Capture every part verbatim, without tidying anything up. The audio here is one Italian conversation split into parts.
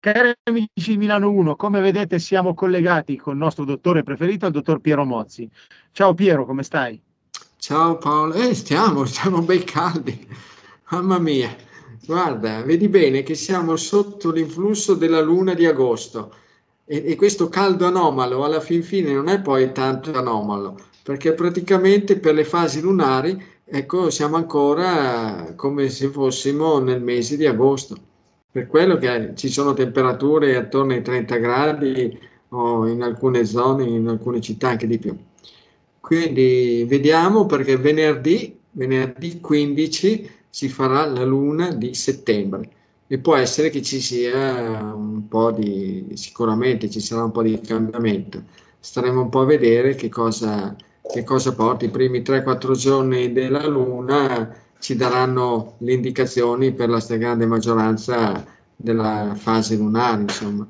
Cari amici di Milano uno, come vedete siamo collegati con il nostro dottore preferito, il dottor Piero Mozzi. Ciao Piero, come stai? Ciao Paolo, eh, stiamo, stiamo bei caldi, mamma mia, guarda, vedi bene che siamo sotto l'influsso della luna di agosto e, e questo caldo anomalo alla fin fine non è poi tanto anomalo, perché praticamente per le fasi lunari, ecco, siamo ancora come se fossimo nel mese di agosto, per quello che ci sono temperature attorno ai trenta gradi o in alcune zone, in alcune città anche di più. Quindi vediamo perché venerdì, venerdì quindici si farà la luna di settembre e può essere che ci sia un po' di, sicuramente ci sarà un po' di cambiamento. Staremo un po' a vedere che cosa, che cosa porta. I primi tre quattro giorni della luna ci daranno le indicazioni per la stragrande maggioranza della fase lunare, insomma.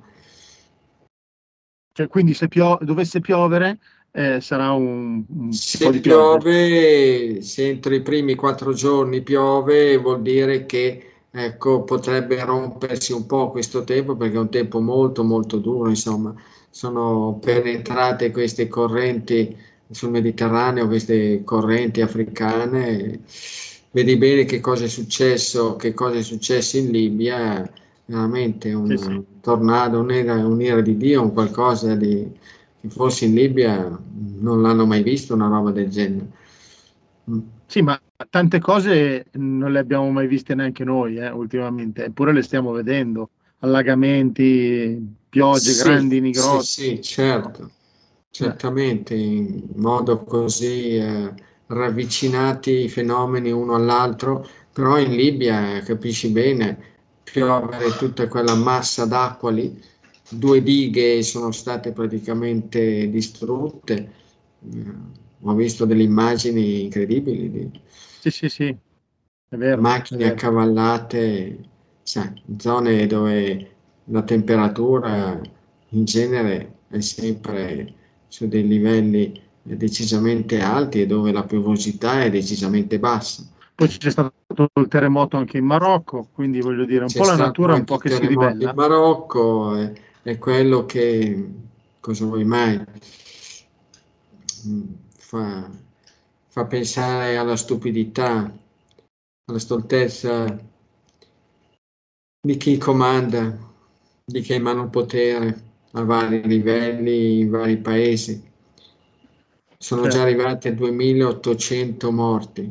Cioè, quindi se pio- dovesse piovere eh, sarà un, un po' Se di pioggia. piove, se entro i primi quattro giorni piove, vuol dire che ecco, potrebbe rompersi un po' questo tempo perché è un tempo molto molto duro, insomma, sono penetrate queste correnti sul Mediterraneo, queste correnti africane. Vedi bene che cosa è successo, che cosa è successo in Libia, veramente Sì, sì. un tornado, un'ira, un'ira di Dio, un qualcosa di che forse in Libia non l'hanno mai visto una roba del genere. Mm. Sì, ma tante cose non le abbiamo mai viste neanche noi eh, ultimamente, eppure le stiamo vedendo. Allagamenti, piogge, Sì, grandini sì, grossi. sì, certo, Eh, certamente, in modo così eh, ravvicinati i fenomeni uno all'altro, però in Libia, capisci bene, piovere tutta quella massa d'acqua lì, due dighe sono state praticamente distrutte. Eh, ho visto delle immagini incredibili di sì, sì, sì, è vero, è macchine vero. accavallate, sai, in zone dove la temperatura in genere è sempre su dei livelli decisamente alti e dove la piovosità è decisamente bassa. Poi c'è stato il terremoto anche in Marocco, quindi voglio dire, un C'è po' la stato natura un anche po' il che si terremoto in ribella. Marocco, è, è quello che, cosa vuoi mai, mm, fa, fa pensare alla stupidità, alla stoltezza di chi comanda, di chi ha in mano il potere a vari livelli, in vari paesi. Sono già Certo, arrivati a duemilaottocento morti.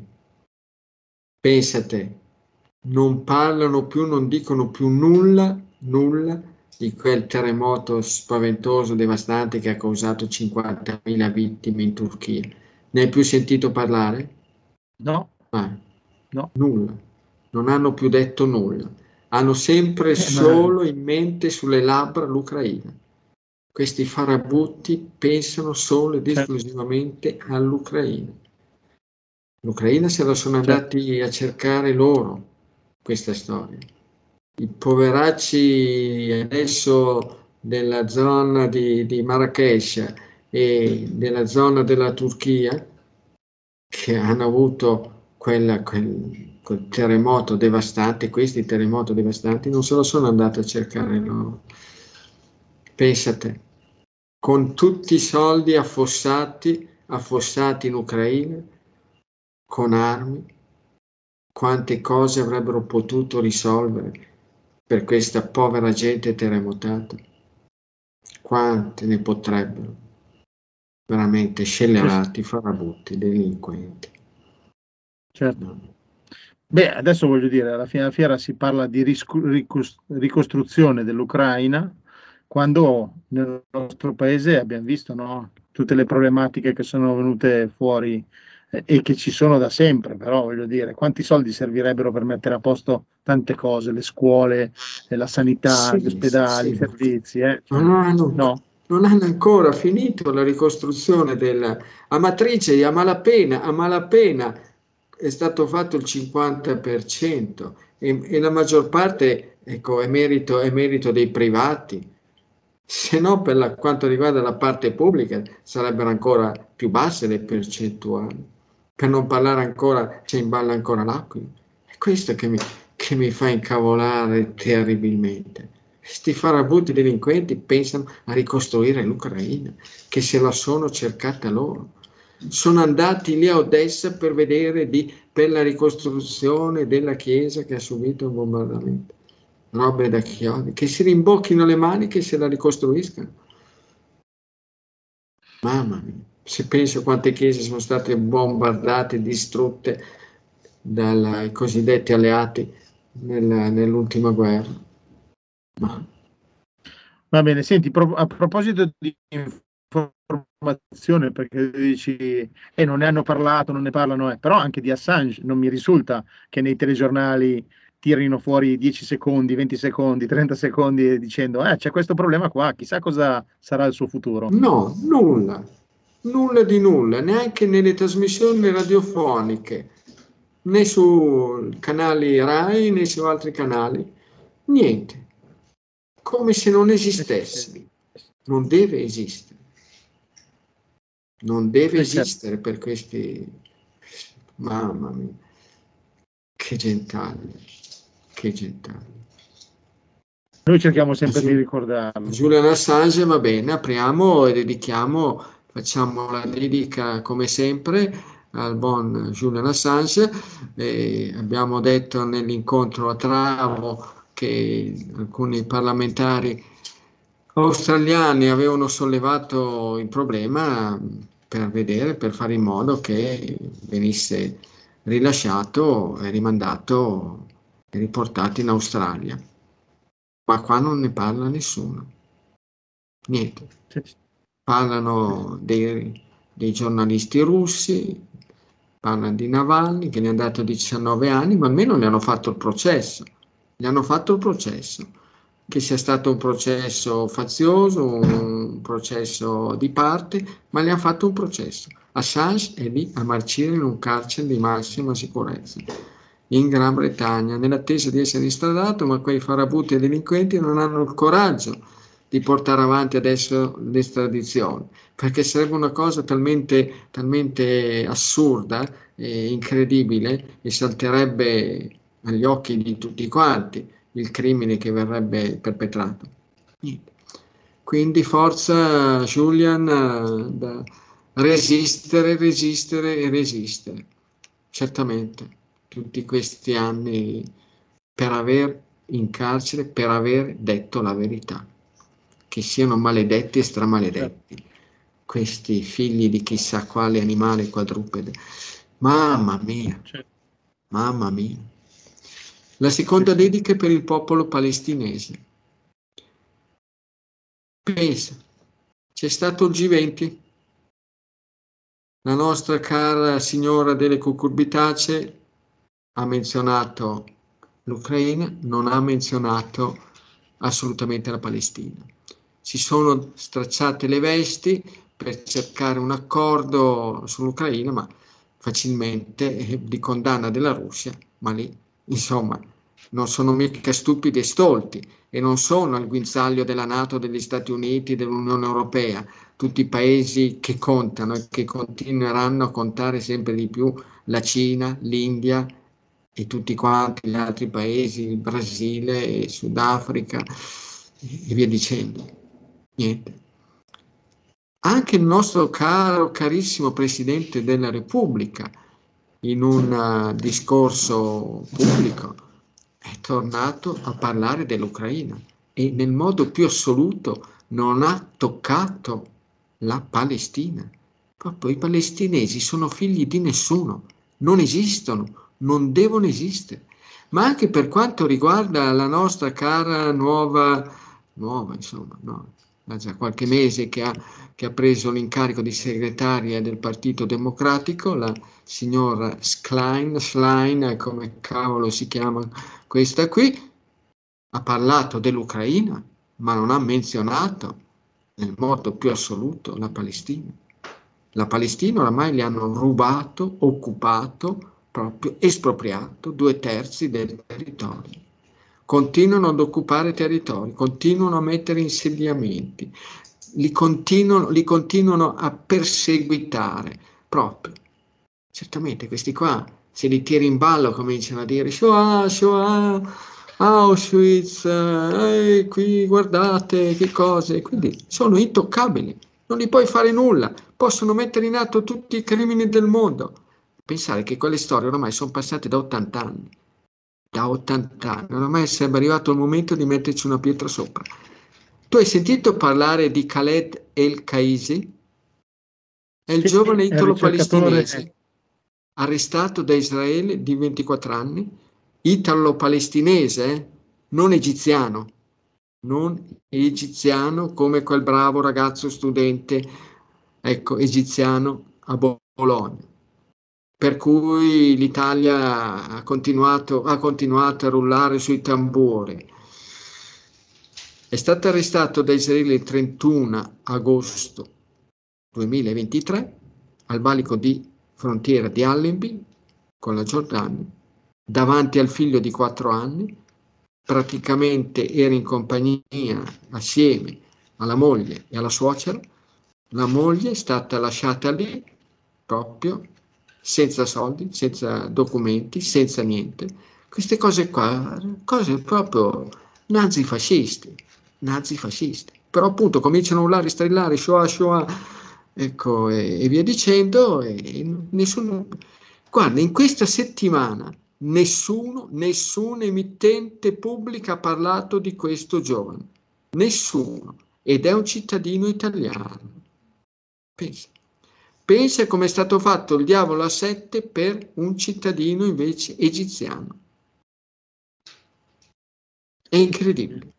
Pensate, non parlano più, non dicono più nulla, nulla di quel terremoto spaventoso, devastante che ha causato cinquantamila vittime in Turchia. Ne hai più sentito parlare? no, Ah, no. nulla, non hanno più detto nulla, hanno sempre Eh, ma solo in mente sulle labbra l'Ucraina. Questi farabutti pensano solo ed certo, esclusivamente all'Ucraina. L'Ucraina se la sono certo, andati a cercare loro, questa storia. I poveracci adesso della zona di, di Marrakesh e della zona della Turchia che hanno avuto quella- quel, quel terremoto devastante, questi terremoti devastanti, non se lo sono andati a cercare loro. Pensate, con tutti i soldi affossati, affossati in Ucraina, con armi, quante cose avrebbero potuto risolvere per questa povera gente terremotata? Quante ne potrebbero? Veramente sì, sì, scellerati, farabutti, delinquenti. certo. No. Beh, adesso voglio dire, alla fine della fiera si parla di riscu- ricos- ricostruzione dell'Ucraina, quando nel nostro paese abbiamo visto, no, tutte le problematiche che sono venute fuori eh, e che ci sono da sempre, però voglio dire, quanti soldi servirebbero per mettere a posto tante cose, le scuole, eh, la sanità, gli Sì, sì, ospedali, i sì. servizi, eh? Ma Cioè, non hanno, no? non hanno ancora finito la ricostruzione della Amatrice, a malapena, a malapena è stato fatto il cinquanta per cento e, e la maggior parte, ecco, è merito, è merito dei privati. Se no, per la- quanto riguarda la parte pubblica, sarebbero ancora più basse le percentuali. Per non parlare ancora, c'è in ballo ancora l'Aquila. È questo che mi, che mi fa incavolare terribilmente. Questi farabutti delinquenti pensano a ricostruire l'Ucraina, che se la sono cercata loro. Sono andati lì a Odessa per vedere di, per la ricostruzione della chiesa che ha subito un bombardamento. Robe da chiodi, che si rimbocchino le mani, che se la ricostruiscano. Mamma mia, se penso quante chiese sono state bombardate, distrutte dai cosiddetti alleati nella, nell'ultima guerra. Ma... Va bene, senti, pro- a proposito di informazione, perché dici, e non ne hanno parlato, non ne parlano, eh, però anche di Assange non mi risulta che nei telegiornali tirino fuori dieci secondi, venti secondi, trenta secondi dicendo, eh, c'è questo problema qua, chissà cosa sarà il suo futuro. No, nulla, nulla di nulla, neanche nelle trasmissioni radiofoniche, né su canali Rai né su altri canali, niente, come se non esistesse. Non deve esistere, non deve Eh, certo. esistere per questi, mamma mia, che gentaglia, che gentaglia. Noi cerchiamo sempre Giu- di ricordarlo. Julian Assange va bene, apriamo e dedichiamo, facciamo la dedica come sempre al buon Julian Assange. E abbiamo detto nell'incontro a Travo che alcuni parlamentari australiani avevano sollevato il problema per vedere, per fare in modo che venisse rilasciato e rimandato e riportato in Australia. Ma qua non ne parla nessuno. Niente. Sì. Parlano dei, dei giornalisti russi, parlano di Navalny che ne ha dato diciannove anni, ma almeno ne hanno fatto il processo. Gli hanno fatto il processo. Che sia stato un processo fazioso, un processo di parte, ma gli hanno fatto un processo. Assange è lì a marcire in un carcere di massima sicurezza in Gran Bretagna, nell'attesa di essere estradato, ma quei farabutti e delinquenti non hanno il coraggio di portare avanti adesso l'estradizione, perché sarebbe una cosa talmente, talmente assurda e incredibile e salterebbe agli occhi di tutti quanti il crimine che verrebbe perpetrato. Niente. Quindi forza Julian da resistere, resistere e resistere. Certamente, tutti questi anni per aver in carcere, per aver detto la verità. Che siano maledetti e stramaledetti. Questi figli di chissà quale animale quadrupede. Mamma mia, mamma mia. La seconda dedica è per il popolo palestinese. Pensa, c'è stato il G venti, la nostra cara signora delle cucurbitacee ha menzionato l'Ucraina, non ha menzionato assolutamente la Palestina. Si sono stracciate le vesti per cercare un accordo sull'Ucraina, ma facilmente eh, di condanna della Russia, ma lì, insomma, non sono mica stupidi e stolti e non sono al guinzaglio della NATO, degli Stati Uniti, dell'Unione Europea, tutti i paesi che contano e che continueranno a contare sempre di più, la Cina, l'India e tutti quanti gli altri paesi, il Brasile, il Sudafrica e via dicendo. Niente. Anche il nostro caro, carissimo Presidente della Repubblica, in un uh, discorso pubblico, è tornato a parlare dell'Ucraina e nel modo più assoluto non ha toccato la Palestina. Proprio i palestinesi sono figli di nessuno, non esistono, non devono esistere. Ma anche per quanto riguarda la nostra cara nuova, nuova insomma, no, ha già qualche mese che ha, che ha preso l'incarico di segretaria del Partito Democratico, la signora Schlein, Schlein, come cavolo si chiama questa qui, ha parlato dell'Ucraina, ma non ha menzionato nel modo più assoluto la Palestina. La Palestina oramai li hanno rubato, occupato, proprio espropriato due terzi del territorio. Continuano ad occupare territori, continuano a mettere insediamenti, li continuano, li continuano a perseguitare proprio. Certamente questi qua, se li tiri in ballo, cominciano a dire Shoah, Shoah, Auschwitz, eh, qui guardate che cose, quindi sono intoccabili, non gli puoi fare nulla, possono mettere in atto tutti i crimini del mondo. Pensare che quelle storie ormai sono passate da ottanta anni, da ottanta anni, ormai sembra arrivato il momento di metterci una pietra sopra. Tu hai sentito parlare di Khaled El-Kaisi? È il Sì, giovane è il ricercatore. italo-palestinese arrestato da Israele di ventiquattro anni, italo-palestinese, eh? Non egiziano, non egiziano come quel bravo ragazzo studente, ecco, egiziano a Bologna. Per cui l'Italia ha continuato, ha continuato a rullare sui tamburi. È stato arrestato da Israele il trentuno agosto duemilaventitré al valico di frontiera di Allenby con la Giordania, davanti al figlio di quattro anni, praticamente era in compagnia assieme alla moglie e alla suocera. La moglie è stata lasciata lì proprio senza soldi, senza documenti, senza niente. Queste cose qua, cose proprio nazifascisti, nazifascisti. Però appunto cominciano a urlare, strillare, Shoah, Shoah, ecco, e, e via dicendo, e nessuno... Guarda, in questa settimana nessuno, nessun emittente pubblico ha parlato di questo giovane, nessuno, ed è un cittadino italiano. Pensa. Pensa come è stato fatto il diavolo a sette per un cittadino invece egiziano. È incredibile.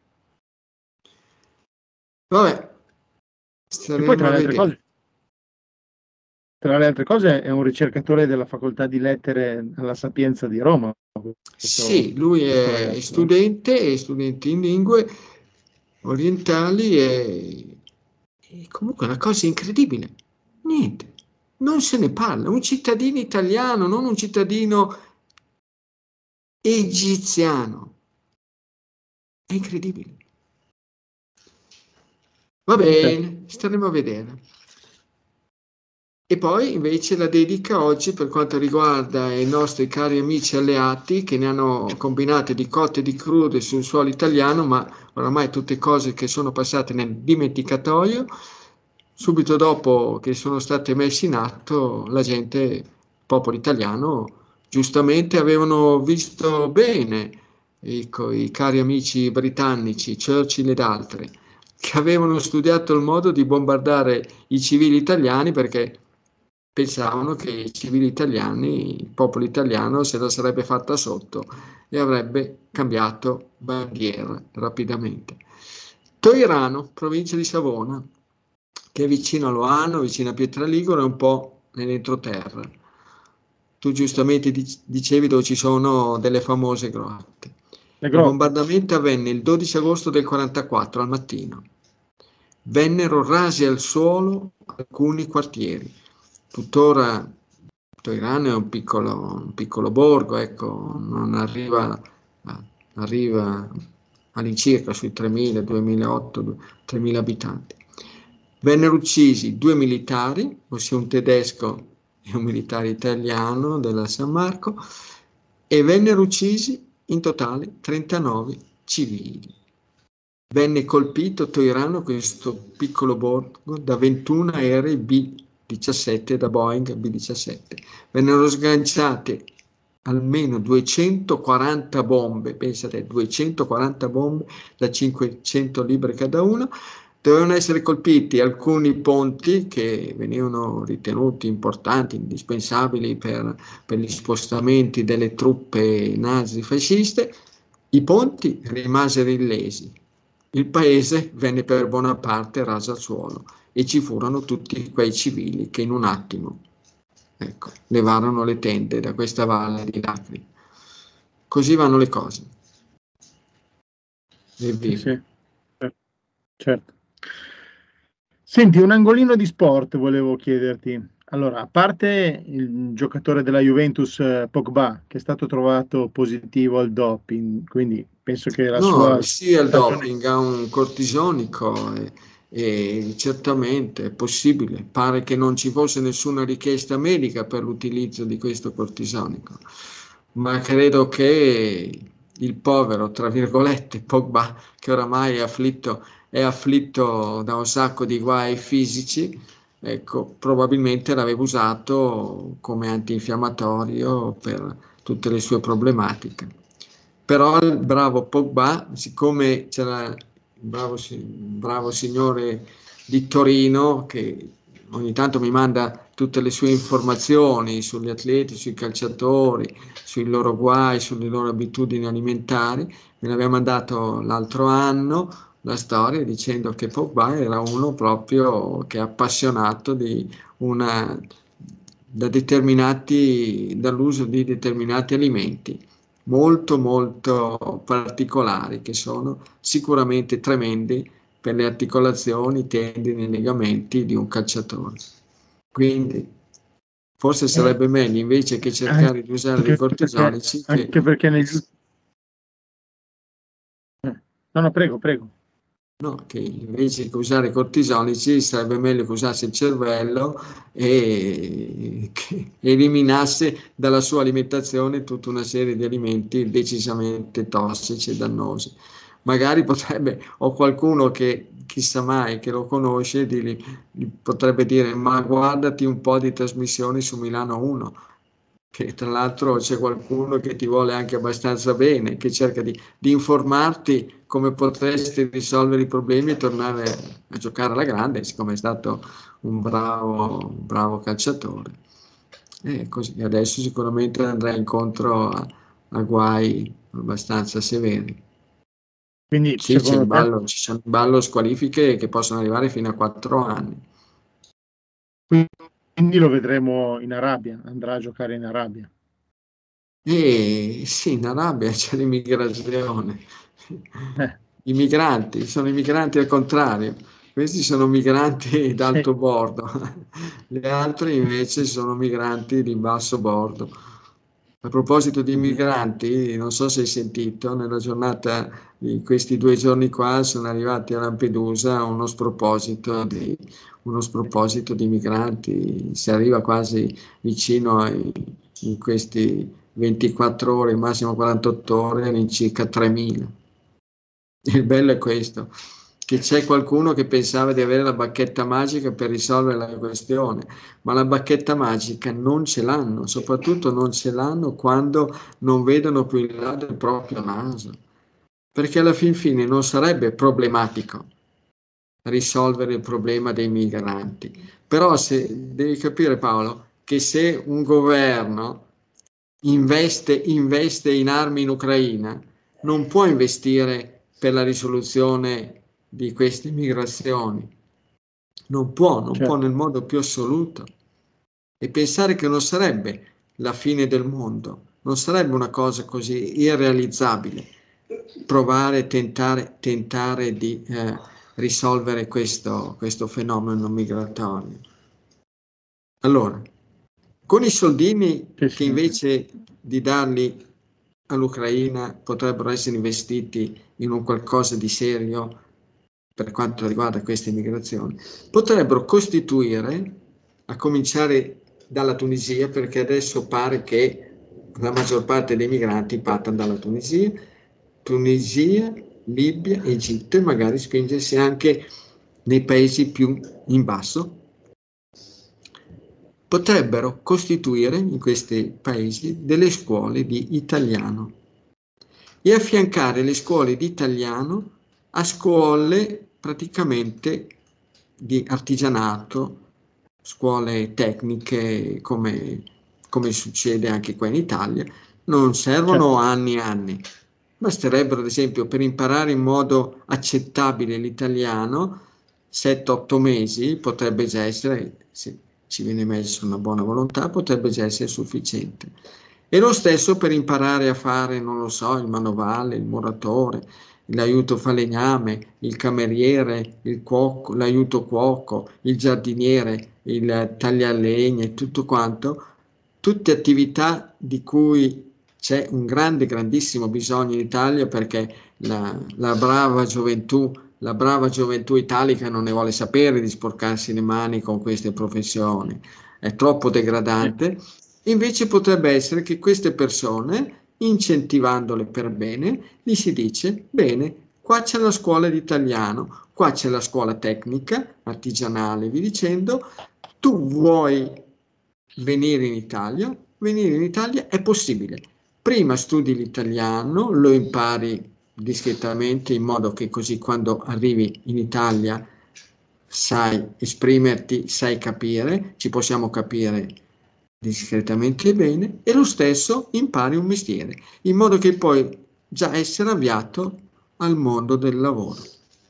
Vabbè, E poi staremo tra a le altre vedere. cose, tra le altre cose è un ricercatore della facoltà di lettere alla Sapienza di Roma, questo, Sì, lui questo è ragazzo. No? studente, è studente in lingue orientali e, e comunque è una cosa incredibile. Niente, non se ne parla. Un cittadino italiano, non un cittadino egiziano. È incredibile. Va Certo. bene, staremo a vedere. E poi invece la dedica oggi per quanto riguarda i nostri cari amici alleati che ne hanno combinate di cotte e di crude sul suolo italiano, ma oramai tutte cose che sono passate nel dimenticatoio. Subito dopo che sono state messe in atto, la gente, il popolo italiano, giustamente avevano visto bene i, i cari amici britannici, Churchill ed altri, che avevano studiato il modo di bombardare i civili italiani perché pensavano che i civili italiani, il popolo italiano se la sarebbe fatta sotto e avrebbe cambiato bandiera rapidamente. Toirano, provincia di Savona, che è vicino a Loano, vicino a Pietraligure, è un po' nell'entroterra. Tu giustamente dicevi dove ci sono delle famose grotte. Le Il grotte. bombardamento avvenne il dodici agosto del quarantaquattro al mattino. Vennero rasi al suolo alcuni quartieri. Tuttora Toirano è un piccolo, un piccolo borgo, ecco, non arriva, arriva all'incirca sui tremila, duemilaotto, tremila abitanti. Vennero uccisi due militari, ossia un tedesco e un militare italiano della San Marco, e vennero uccisi in totale trentanove civili. Venne colpito Toirano, questo piccolo borgo, da ventuno aerei B diciassette, da Boeing B diciassette. Vennero sganciate almeno duecentoquaranta bombe, pensate, duecentoquaranta bombe da cinquecento libbre cada una. Dovevano essere colpiti alcuni ponti che venivano ritenuti importanti, indispensabili per, per gli spostamenti delle truppe nazi-fasciste. I ponti rimasero illesi. Il paese venne per buona parte raso al suolo e ci furono tutti quei civili che in un attimo, ecco, levarono le tende da questa valle di lacrime. Così vanno le cose. Sì, sì, certo. Senti, un angolino di sport volevo chiederti. Allora, a parte il giocatore della Juventus eh, Pogba, che è stato trovato positivo al doping, quindi penso che la No, sua sì, al stagione... doping, ha un cortisonico e, e certamente è possibile. Pare che non ci fosse nessuna richiesta medica per l'utilizzo di questo cortisonico, ma credo che il povero, tra virgolette, Pogba, che oramai è afflitto, è afflitto da un sacco di guai fisici, ecco, probabilmente l'aveva usato come antinfiammatorio per tutte le sue problematiche. Però il bravo Pogba, siccome c'era il bravo, bravo signore di Torino che ogni tanto mi manda tutte le sue informazioni sugli atleti, sui calciatori, sui loro guai, sulle loro abitudini alimentari, me l'aveva mandato l'altro anno la storia dicendo che Pogba era uno proprio che è appassionato di una, da determinati, dall'uso di determinati alimenti molto molto particolari che sono sicuramente tremendi per le articolazioni, i tendini, i legamenti di un calciatore. Quindi forse sarebbe Eh, meglio invece che cercare di usare dei anche perché, cortisonici che... anche perché negli... eh, No, no, prego, prego. No, che invece che usare i cortisonici sarebbe meglio che usasse il cervello e che eliminasse dalla sua alimentazione tutta una serie di alimenti decisamente tossici e dannosi. Magari potrebbe, o qualcuno che chissà mai che lo conosce, gli, gli potrebbe dire: ma guardati un po' di trasmissioni su Milano uno, che tra l'altro c'è qualcuno che ti vuole anche abbastanza bene, che cerca di, di informarti come potresti risolvere i problemi e tornare a giocare alla grande, siccome è stato un bravo, un bravo calciatore. E così adesso sicuramente andrà incontro a, a guai abbastanza severi. Quindi, Sì, c'è secondo in te, ballo, ci sono in ballo squalifiche che possono arrivare fino a quattro anni. quindi lo vedremo in Arabia, andrà a giocare in Arabia. E sì, in Arabia c'è l'immigrazione. Eh, I migranti, sono i migranti al contrario. Questi sono migranti sì, d'alto bordo, gli altri invece sono migranti di basso bordo. A proposito di migranti, non so se hai sentito, nella giornata di questi due giorni qua sono arrivati a Lampedusa uno sproposito di, uno sproposito di migranti, si arriva quasi vicino ai, in questi ventiquattro ore, massimo quarantotto ore, in circa tremila. Il bello è questo, che c'è qualcuno che pensava di avere la bacchetta magica per risolvere la questione, ma la bacchetta magica non ce l'hanno, soprattutto non ce l'hanno quando non vedono più in là del proprio naso, perché alla fin fine non sarebbe problematico risolvere il problema dei migranti, però se devi capire Paolo che se un governo investe, investe in armi in Ucraina, non può investire per la risoluzione di queste migrazioni. Non può, non può certo. nel modo più assoluto. E pensare che non sarebbe la fine del mondo, non sarebbe una cosa così irrealizzabile provare, tentare, tentare di eh, risolvere questo, questo fenomeno migratorio. Allora, con i soldini Sì, che sì. invece di darli all'Ucraina potrebbero essere investiti in un qualcosa di serio per quanto riguarda queste migrazioni, potrebbero costituire, a cominciare dalla Tunisia, perché adesso pare che la maggior parte dei migranti partano dalla Tunisia, Tunisia, Libia, Egitto e magari spingersi anche nei paesi più in basso, potrebbero costituire in questi paesi delle scuole di italiano e affiancare le scuole di italiano a scuole praticamente di artigianato, scuole tecniche come, come succede anche qua in Italia. Non servono Certo. anni e anni, basterebbero ad esempio per imparare in modo accettabile l'italiano sette otto mesi, potrebbe già essere, se ci viene messo una buona volontà, potrebbe già essere sufficiente. E lo stesso per imparare a fare, non lo so, il manovale, il muratore, l'aiuto falegname, il cameriere, il cuoco, l'aiuto cuoco, il giardiniere, il taglialegna e tutto quanto, tutte attività di cui c'è un grande, grandissimo bisogno in Italia perché la, la brava gioventù, la brava gioventù italica non ne vuole sapere di sporcarsi le mani con queste professioni, è troppo Sì. degradante. Invece potrebbe essere che queste persone incentivandole per bene, gli si dice, bene, qua c'è la scuola di italiano, qua c'è la scuola tecnica, artigianale, vi dicendo, tu vuoi venire in Italia? Venire in Italia è possibile. Prima studi l'italiano, lo impari discretamente in modo che così quando arrivi in Italia sai esprimerti, sai capire, ci possiamo capire discretamente bene, e lo stesso impari un mestiere, in modo che puoi già essere avviato al mondo del lavoro.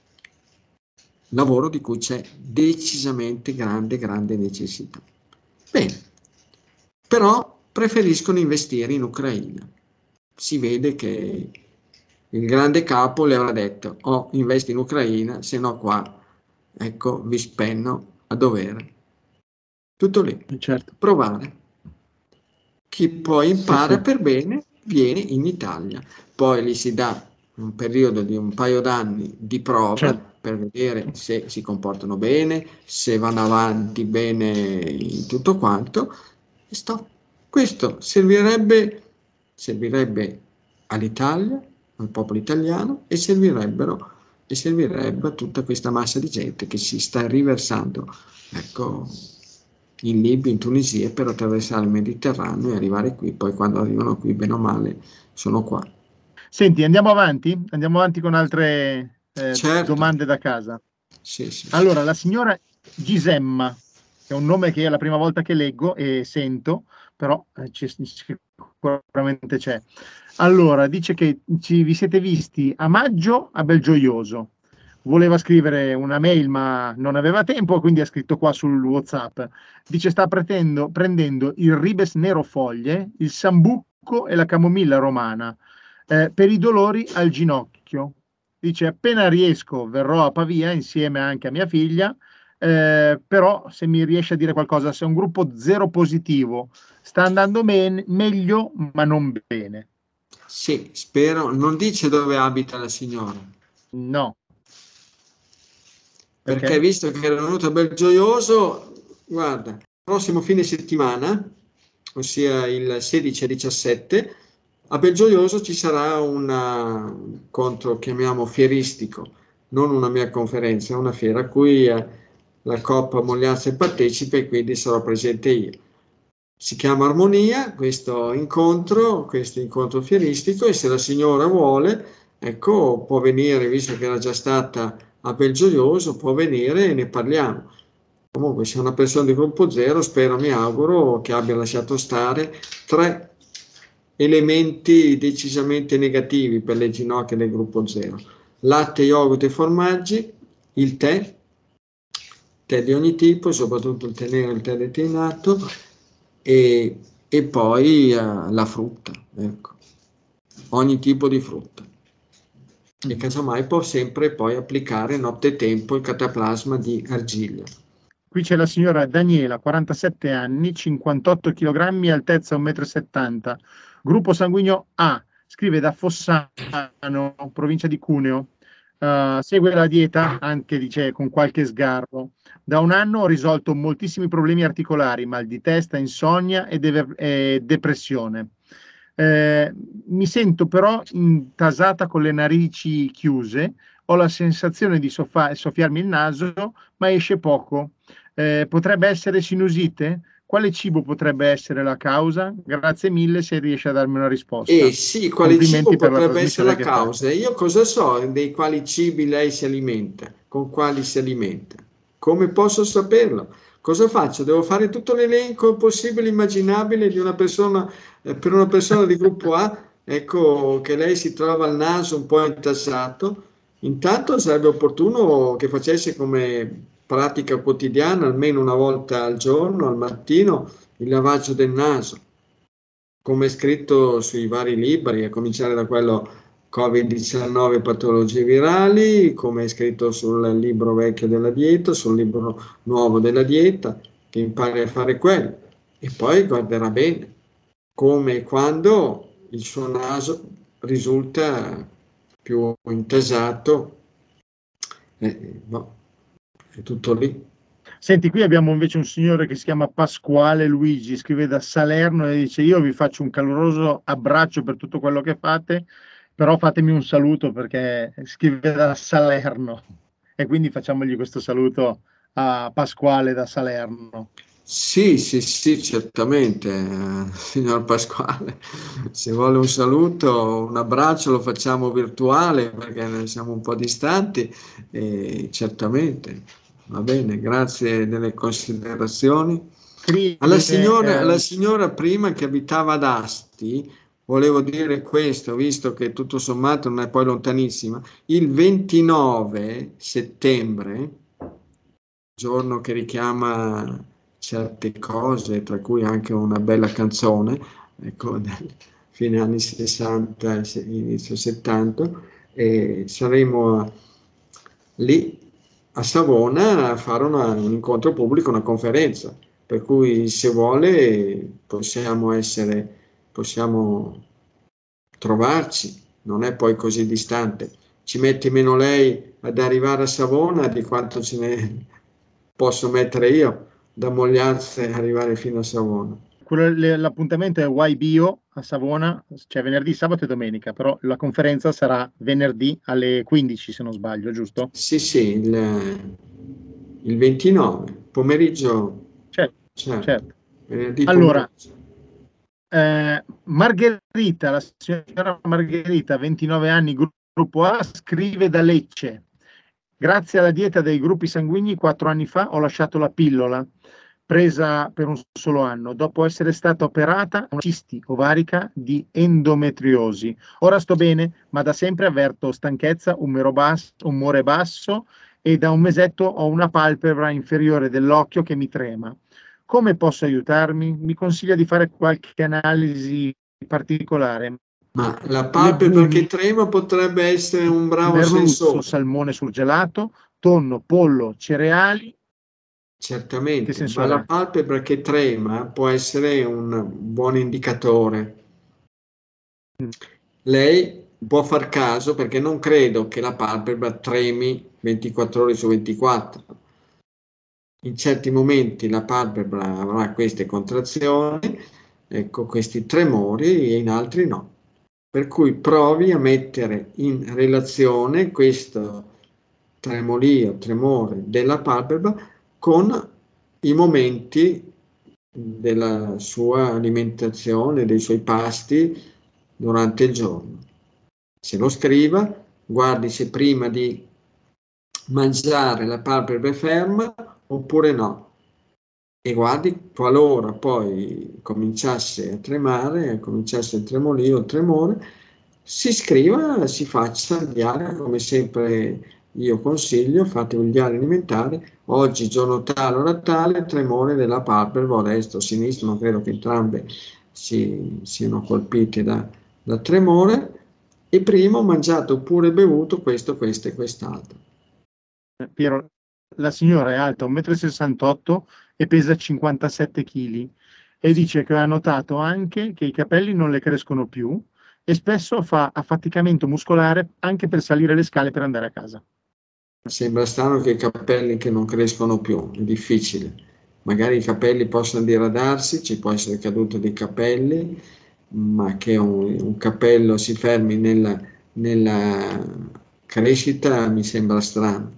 Lavoro di cui c'è decisamente grande, grande necessità. Bene, però preferiscono investire in Ucraina. Si vede che il grande capo le avrà detto, oh, investi in Ucraina, se no qua, ecco, vi spenno a dovere. Tutto lì. Certo. Provare. Chi poi impara Sì, sì. per bene viene in Italia. Poi gli si dà un periodo di un paio d'anni di prova Certo. per vedere se si comportano bene, se vanno avanti bene in tutto quanto. E stop. Questo servirebbe, servirebbe all'Italia, al popolo italiano, e servirebbero e servirebbe a tutta questa massa di gente che si sta riversando, ecco, in Libia, in Tunisia, per attraversare il Mediterraneo e arrivare qui. Poi quando arrivano qui, bene o male, sono qua. Senti, andiamo avanti? Andiamo avanti con altre eh, Certo, domande da casa. sì, sì, sì. Allora, la signora Gisemma, che è un nome che è la prima volta che leggo e sento, però eh, ci- sicuramente c'è. Allora, dice che ci, vi siete visti a maggio a Belgioioso. Voleva scrivere una mail, ma non aveva tempo, quindi ha scritto qua sul WhatsApp. Dice sta pretendo- prendendo il ribes nero foglie, il sambuco e la camomilla romana eh, per i dolori al ginocchio. Dice appena riesco verrò a Pavia insieme anche a mia figlia, eh, però se mi riesce a dire qualcosa, se è un gruppo zero positivo, sta andando men- meglio ma non bene. Sì, spero. Non dice dove abita la signora, No, perché perché? visto che era venuto a Belgioioso, guarda, prossimo fine settimana, ossia il sedici e diciassette, a Belgioioso ci sarà un uh, incontro, chiamiamo fieristico, non una mia conferenza, una fiera a cui eh, la Coppa Mogliazze partecipa e quindi sarò presente io. Si chiama Armonia questo incontro, questo incontro fieristico, e se la signora vuole, ecco, può venire, visto che era già stata a Belgioioso, può venire e ne parliamo. Comunque, se è una persona di gruppo zero, spero, mi auguro che abbia lasciato stare tre elementi decisamente negativi per le ginocchia del gruppo zero: latte, yogurt e formaggi, il tè, tè di ogni tipo, soprattutto il tè nero e il tè deteinato, e, e poi uh, la frutta, ecco, ogni tipo di frutta. E Mhm. casomai può sempre poi applicare nottetempo il cataplasma di argilla. Qui c'è la signora Daniela, quarantasette anni, cinquantotto chilogrammi, altezza un metro e settanta m, gruppo sanguigno A, scrive da Fossano, provincia di Cuneo. Uh, segue la dieta, anche dice con qualche sgarro. Da un anno ho risolto moltissimi problemi articolari, mal di testa, insonnia e, deve- e depressione. Eh, mi sento però intasata con le narici chiuse, ho la sensazione di soffa- soffiarmi il naso, ma esce poco. Eh, potrebbe essere sinusite? Quale cibo potrebbe essere la causa? Grazie mille se riesce a darmi una E risposta. sì, quale cibo Complimenti per la potrebbe essere trasmissione la che fate. causa? Io cosa so dei quali cibi lei si alimenta, con quali si alimenta? Come posso saperlo? Cosa faccio? Devo fare tutto l'elenco possibile e immaginabile di una persona, eh, per una persona di gruppo A, ecco che lei si trova al naso un po' intasato. Intanto sarebbe opportuno che facesse come pratica quotidiana, almeno una volta al giorno, al mattino, il lavaggio del naso, come è scritto sui vari libri, a cominciare da quello Covid diciannove, patologie virali, come è scritto sul libro vecchio della dieta, sul libro nuovo della dieta, che impari a fare quello. E poi guarderà bene come e quando il suo naso risulta più intasato, eh, no, è tutto lì. Senti, qui abbiamo invece un signore che si chiama Pasquale Luigi, scrive da Salerno e dice: io vi faccio un caloroso abbraccio per tutto quello che fate, però fatemi un saluto, perché scrive da Salerno, e quindi facciamogli questo saluto a Pasquale da Salerno. Sì, sì, sì, certamente, eh, signor Pasquale. Se vuole un saluto, un abbraccio lo facciamo virtuale perché ne siamo un po' distanti, e certamente. Va bene, grazie delle considerazioni. Alla Scrive, signora, alla eh, signora prima che abitava ad Asti, volevo dire questo, visto che tutto sommato non è poi lontanissima, il ventinove settembre, giorno che richiama certe cose, tra cui anche una bella canzone, ecco, del fine anni sessanta, inizio settanta, e saremo lì a Savona a fare una- un incontro pubblico, una conferenza, per cui se vuole possiamo essere, possiamo trovarci, non è poi così distante. Ci metti meno lei ad arrivare a Savona di quanto ce ne posso mettere io da Mogliazze e arrivare fino a Savona. quello- le- l'appuntamento è Y Bio a Savona, cioè venerdì, sabato e domenica, però la conferenza sarà venerdì alle quindici, se non sbaglio, giusto? Sì, sì, il, il ventinove, pomeriggio, Certo, certo, certo. venerdì Allora, pomeriggio. Eh, Margherita, la signora Margherita, ventinove anni, gruppo A, scrive da Lecce. Grazie alla dieta dei gruppi sanguigni, quattro anni fa ho lasciato la pillola presa per un solo anno, dopo essere stata operata una cisti ovarica di endometriosi. Ora sto bene, ma da sempre avverto stanchezza, umore basso, umore basso e da un mesetto ho una palpebra inferiore dell'occhio che mi trema. Come posso aiutarmi? Mi consiglia di fare qualche analisi particolare. Ma la palpebra che Legumi, trema potrebbe essere un bravo merluzzo, sensore. salmone surgelato, tonno, pollo, cereali. Che Certamente, ma sensore la è? palpebra che trema può essere un buon indicatore. Mm. Lei può far caso perché non credo che la palpebra tremi ventiquattro ore su ventiquattro. In certi momenti la palpebra avrà queste contrazioni, ecco, questi tremori, e in altri no. Per cui provi a mettere in relazione questo tremolio, tremore della palpebra con i momenti della sua alimentazione, dei suoi pasti durante il giorno. Se lo scriva, guardi se prima di mangiare la palpebra è ferma oppure no. E guardi, qualora poi cominciasse a tremare, cominciasse il tremolio, il tremore, si scriva, si faccia il diario, come sempre io consiglio, fate un diario alimentare, oggi giorno tale, ora tale, tremore della palpebra, o destra o sinistra, non credo che entrambe si, siano colpite da, da tremore, e prima ho mangiato oppure bevuto questo, questo e quest'altro. Piero, la signora è alta un metro e sessantotto m e pesa cinquantasette chili e dice che ha notato anche che i capelli non le crescono più e spesso fa affaticamento muscolare anche per salire le scale per andare a casa. Sembra strano che i capelli che non crescono più, è difficile. Magari i capelli possono diradarsi, ci può essere caduto dei capelli, ma che un, un capello si fermi nella, nella crescita mi sembra strano.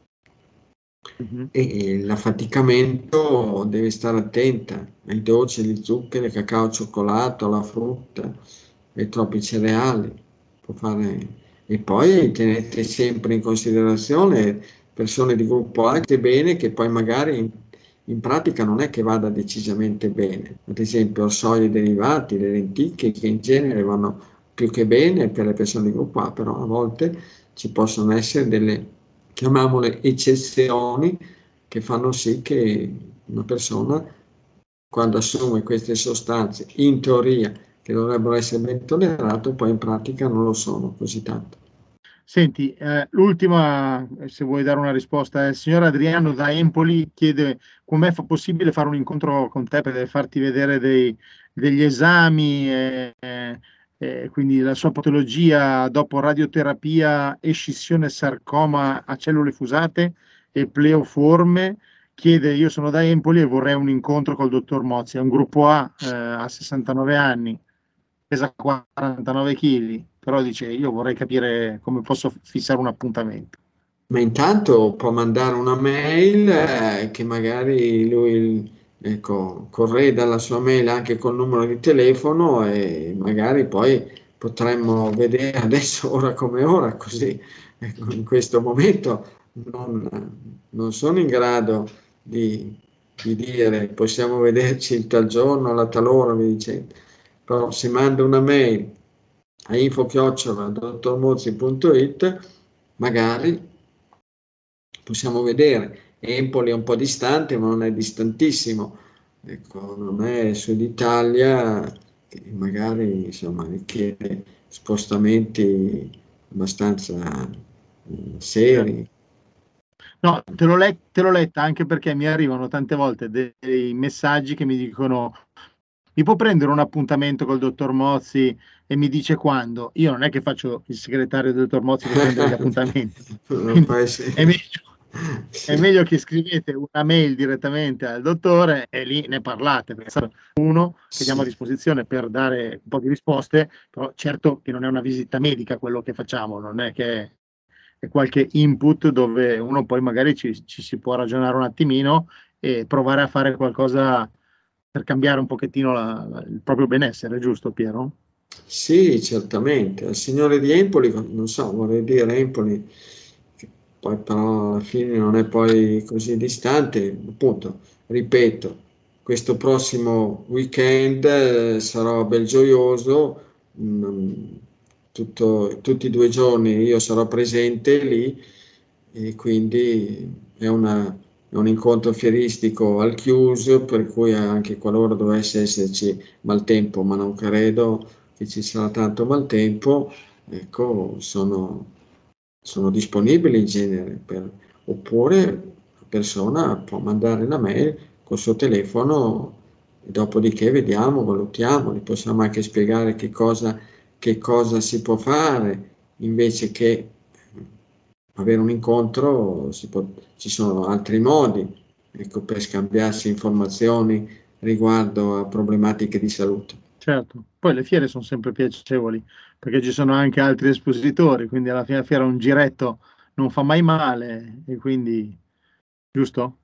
Mhm. E l'affaticamento deve stare attenta ai dolci, agli zuccheri, al cacao cioccolato, alla frutta, ai troppi cereali. Può fare... E poi tenete sempre in considerazione persone di gruppo A che bene, che poi magari in, in pratica non è che vada decisamente bene. Ad esempio, soia e derivati, le lenticchie, che in genere vanno più che bene per le persone di gruppo A, però a volte ci possono essere delle, chiamiamole, eccezioni che fanno sì che una persona, quando assume queste sostanze, in teoria che dovrebbero essere ben tollerate, poi in pratica non lo sono così tanto. Senti, eh, l'ultima, eh, se vuoi dare una risposta, è il signor Adriano da Empoli chiede com'è fa- possibile fare un incontro con te per farti vedere dei- degli esami, e, e- e quindi la sua patologia dopo radioterapia, escissione sarcoma a cellule fusate e pleoforme, chiede, io sono da Empoli e vorrei un incontro col dottor Mozzi, è un gruppo A, eh, ha sessantanove anni, pesa quarantanove chili, però dice io vorrei capire come posso fissare un appuntamento. Ma intanto può mandare una mail eh, che magari lui, ecco, correda la sua mail anche col numero di telefono e magari poi potremmo vedere adesso, ora come ora, così ecco, in questo momento non, non sono in grado di, di dire possiamo vederci il tal giorno, alla tal ora, mi dice. Però se manda una mail a info chiocciola dottormozzi punto it magari possiamo vedere. Empoli è un po' distante, ma non è distantissimo. Ecco, non è Sud Italia, che magari insomma, richiede spostamenti abbastanza eh, Certo. seri. No, te l'ho let- te l'ho letta anche perché mi arrivano tante volte de- dei messaggi che mi dicono mi può prendere un appuntamento col dottor Mozzi e mi dice quando? Io non è che faccio il segretario del dottor Mozzi per prendere gli appuntamenti, Non può quindi è essere. meglio, è Sì. meglio che scrivete una mail direttamente al dottore e lì ne parlate, perché sarà uno che diamo a Sì. disposizione per dare un po' di risposte, però certo che non è una visita medica quello che facciamo, non è che è qualche input dove uno poi magari ci, ci si può ragionare un attimino e provare a fare qualcosa per cambiare un pochettino la- la- il proprio benessere, giusto Piero? Sì, certamente. Al Signore di Empoli, non so, vorrei dire Empoli, che poi però alla fine non è poi così distante. Appunto, ripeto, questo prossimo weekend eh, sarò bel gioioso, mm, tutto- tutti i due giorni io sarò presente lì e quindi è una- è un incontro fieristico al chiuso, per cui anche qualora dovesse esserci maltempo, ma non credo che ci sarà tanto maltempo, ecco, sono, sono disponibili in genere, per- oppure la persona può mandare la mail col suo telefono e dopodiché vediamo, valutiamo, gli possiamo anche spiegare che cosa, che cosa si può fare invece che avere un incontro, si può- ci sono altri modi, ecco, per scambiarsi informazioni riguardo a problematiche di salute. Certo, poi le fiere sono sempre piacevoli perché ci sono anche altri espositori, quindi alla fine fiera un giretto non fa mai male e quindi, giusto?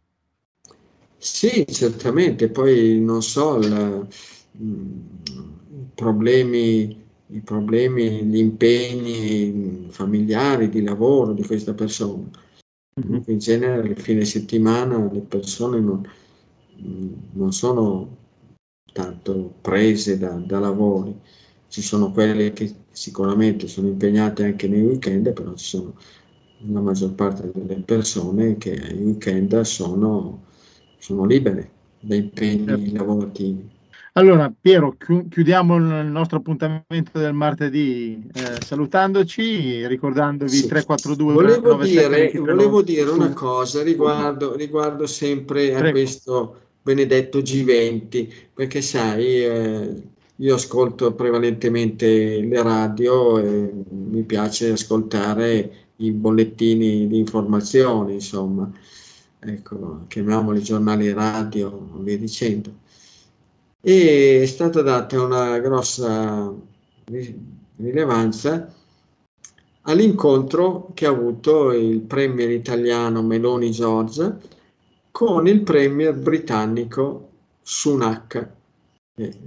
Sì, certamente, poi non so, il- mh, i problemi, i problemi, gli impegni familiari, di lavoro di questa persona. Mhm. Comunque in genere il fine settimana le persone non, mh, non sono tanto prese da, da lavori. Ci sono quelle che sicuramente sono impegnate anche nei weekend, però ci sono la maggior parte delle persone che ai weekend sono, sono libere da impegni Certo. lavorativi. Allora, Piero, chiu- chiudiamo il nostro appuntamento del martedì eh, salutandoci, ricordandovi Sì. tre quattro due Volevo nove sette dire, due tre volevo nove dire una su cosa Zoom. riguardo, riguardo sempre a Prego. questo benedetto G venti, perché sai, eh, io ascolto prevalentemente le radio e mi piace ascoltare i bollettini di informazione, insomma, ecco, chiamiamoli giornali radio, via dicendo. E è stata data una grossa ri- rilevanza all'incontro che ha avuto il premier italiano Meloni Giorgia con il premier britannico Sunak, eh,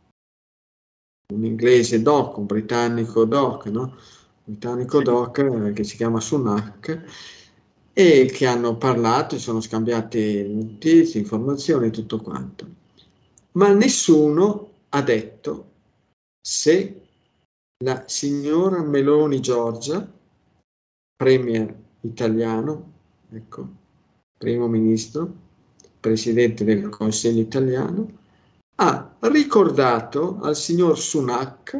un inglese doc, un britannico doc, no? Un britannico Sì. doc eh, che si chiama Sunak e che hanno parlato, si sono scambiati notizie, informazioni e tutto quanto. Ma nessuno ha detto se la signora Meloni Giorgia, premier italiano, ecco, primo ministro, presidente del Consiglio italiano, ha ricordato al signor Sunak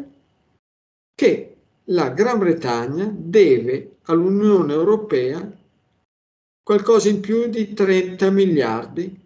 che la Gran Bretagna deve all'Unione Europea qualcosa in più di trenta miliardi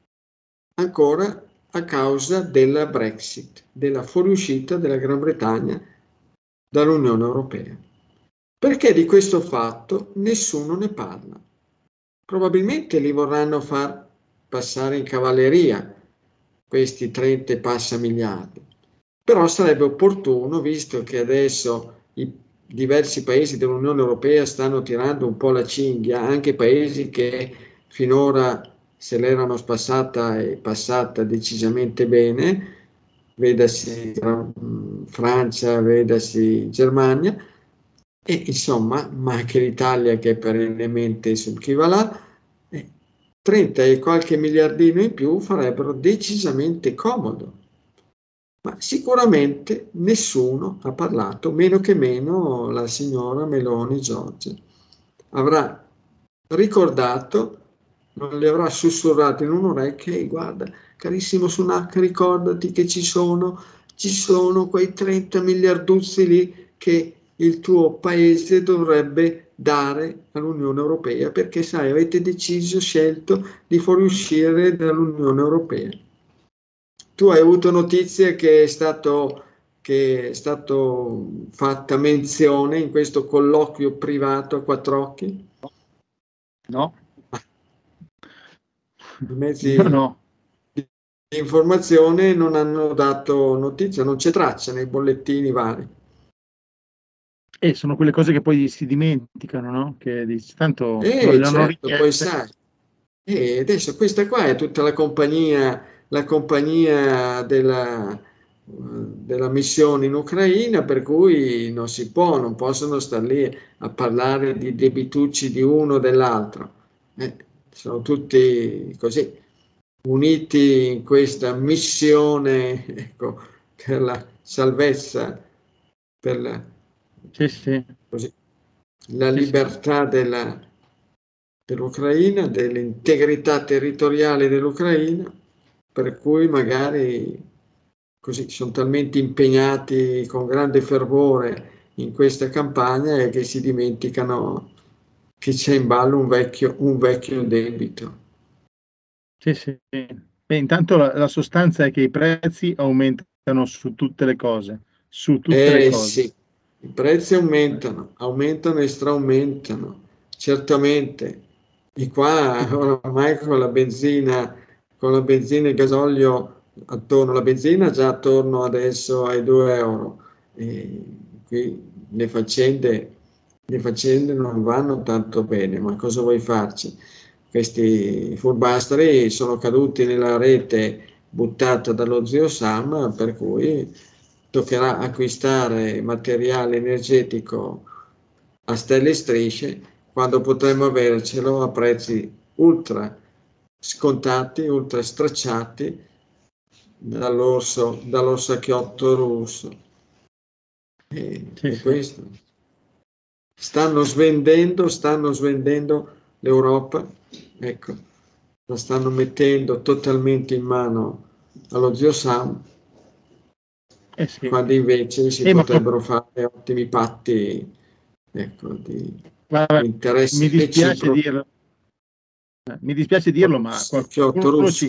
ancora a causa della Brexit, della fuoriuscita della Gran Bretagna dall'Unione Europea. Perché di questo fatto nessuno ne parla? Probabilmente li vorranno far passare in cavalleria questi trenta e passa miliardi. Però sarebbe opportuno, visto che adesso i diversi paesi dell'Unione Europea stanno tirando un po' la cinghia, anche paesi che finora se l'erano spassata e passata decisamente bene, vedasi Francia, vedasi Germania, e insomma, ma anche l'Italia che è perennemente sul chi va là, trenta e qualche miliardino in più farebbero decisamente comodo. Ma sicuramente nessuno ha parlato, meno che meno la signora Meloni Giorgia. Avrà ricordato, non le avrà sussurrato in un orecchio: e guarda, carissimo Sunak, ricordati che ci sono, ci sono quei trenta miliarduzzi lì che il tuo paese dovrebbe dare all'Unione Europea, perché sai, avete deciso, scelto di fuoriuscire dall'Unione Europea. Tu hai avuto notizie che è stato, che è stato fatta menzione in questo colloquio privato a quattro occhi? No. I mezzi Io no. di informazione non hanno dato notizia, non c'è traccia nei bollettini vari. E sono quelle cose che poi si dimenticano, no? Che dici, tanto Eh, non le hanno certo, poi richieste. sai, e adesso questa qua è tutta la compagnia, la compagnia della, della missione in Ucraina, per cui non si può, non possono star lì a parlare di debitucci di uno o dell'altro. Eh, sono tutti così, uniti in questa missione, ecco, per la salvezza, per la, Sì, sì. così, la Sì, sì. libertà della dell'Ucraina, dell'integrità territoriale dell'Ucraina, per cui magari così sono talmente impegnati con grande fervore in questa campagna e che si dimenticano che c'è in ballo un vecchio, un vecchio debito. Sì, sì. E intanto la, la sostanza è che i prezzi aumentano su tutte le cose, su tutte le Eh cose. sì, i prezzi aumentano, aumentano e straaumentano, certamente. E qua oramai con la benzina, con la benzina e il gasolio attorno, la benzina già attorno adesso ai due euro. E qui le faccende, le faccende non vanno tanto bene, ma cosa vuoi farci? Questi furbastri sono caduti nella rete buttata dallo zio Sam, per cui toccherà acquistare materiale energetico a stelle e strisce quando potremmo avercelo a prezzi ultra scontati, ultra stracciati dall'orso, dall'orsacchiotto russo. E, Sì, e sì. questo. Stanno svendendo, stanno svendendo l'Europa, ecco, la stanno mettendo totalmente in mano allo zio Sam, Eh sì. quando invece si Eh, ma potrebbero fare ottimi patti, ecco, di guarda, mi interesse dispiace reciproco dirlo, eh, mi dispiace con dirlo, ma l'orsacchiotto qualcuno russo. ci,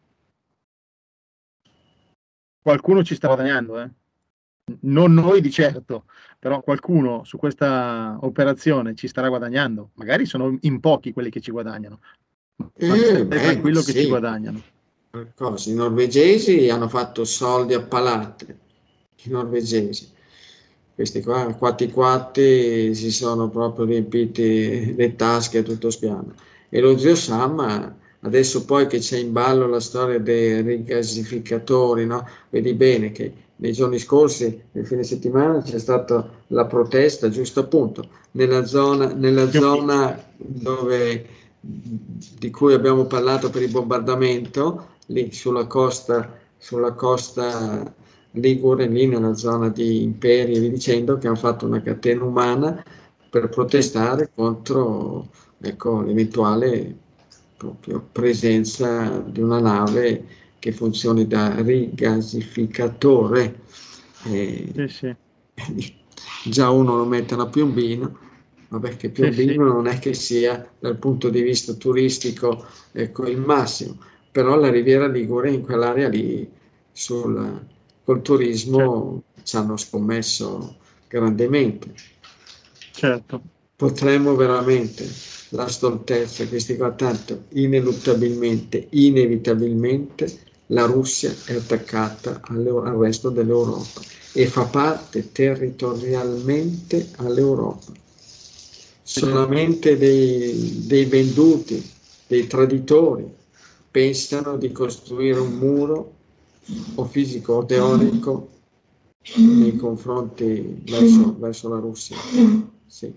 qualcuno ci sta guadagnando, eh. Non noi di certo, però qualcuno su questa operazione ci starà guadagnando. Magari sono in pochi quelli che ci guadagnano, ma Eh, stai beh, ma tranquillo che ci sì, guadagnano. cosa, i norvegesi hanno fatto soldi a palate, i norvegesi. Questi qua, quatti quatti, si sono proprio riempiti le tasche a tutto spiano. E lo zio Sam, adesso poi che c'è in ballo la storia dei rigassificatori, no? Vedi bene che nei giorni scorsi, nel fine settimana, c'è stata la protesta, giusto appunto, nella zona, nella Che ho visto. zona dove, di cui abbiamo parlato per il bombardamento, lì sulla costa, sulla costa Ligure, lì nella zona di Imperi e via dicendo, che hanno fatto una catena umana per Sì, protestare contro, ecco, l'eventuale proprio presenza di una nave che funzioni da rigassificatore. E sì, sì, già uno lo mette a Piombino, vabbè, che sì, sì, Piombino non è che sia dal punto di vista turistico, ecco, il massimo, però la Riviera Ligure in quell'area lì sul, col certo, turismo ci hanno scommesso grandemente. certo. Potremmo veramente. la stoltezza, questi qua, tanto ineluttabilmente, inevitabilmente la Russia è attaccata al resto dell'Europa e fa parte territorialmente all'Europa. Solamente dei, dei venduti, dei traditori pensano di costruire un muro o fisico o teorico nei confronti verso, verso la Russia. Sì.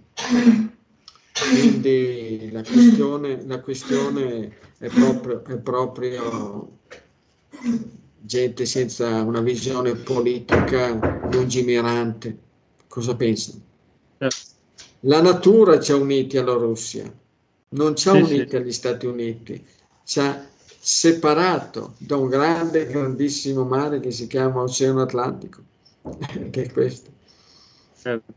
Quindi la questione, la questione è, proprio, è proprio gente senza una visione politica lungimirante. Cosa pensano? Certo. La natura ci ha uniti alla Russia, non ci ha Sì, uniti sì. agli Stati Uniti, ci ha separato da un grande, grandissimo mare che si chiama Oceano Atlantico, che è questo. Certo.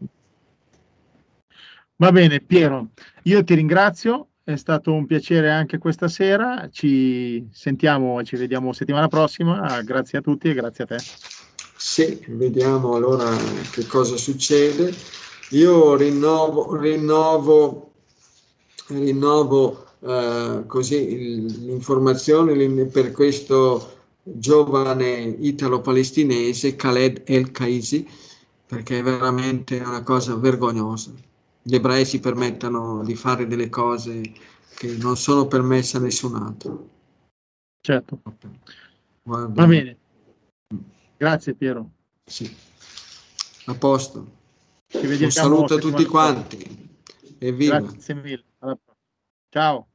Va bene, Piero, io ti ringrazio, è stato un piacere anche questa sera, ci sentiamo e ci vediamo settimana prossima, grazie a tutti e grazie a te. Sì, vediamo allora che cosa succede. Io rinnovo, rinnovo, rinnovo eh, così l'informazione per questo giovane italo-palestinese Khaled El-Kaisi, perché è veramente una cosa vergognosa. Gli ebrei si permettano di fare delle cose che non sono permesse a nessun altro. Certo. Guarda. Va bene. Grazie Piero. Sì. A posto. Ci Un vediamo saluto a tutti settimana prossima. quanti. Evviva. Grazie mille. Alla prossima. Ciao.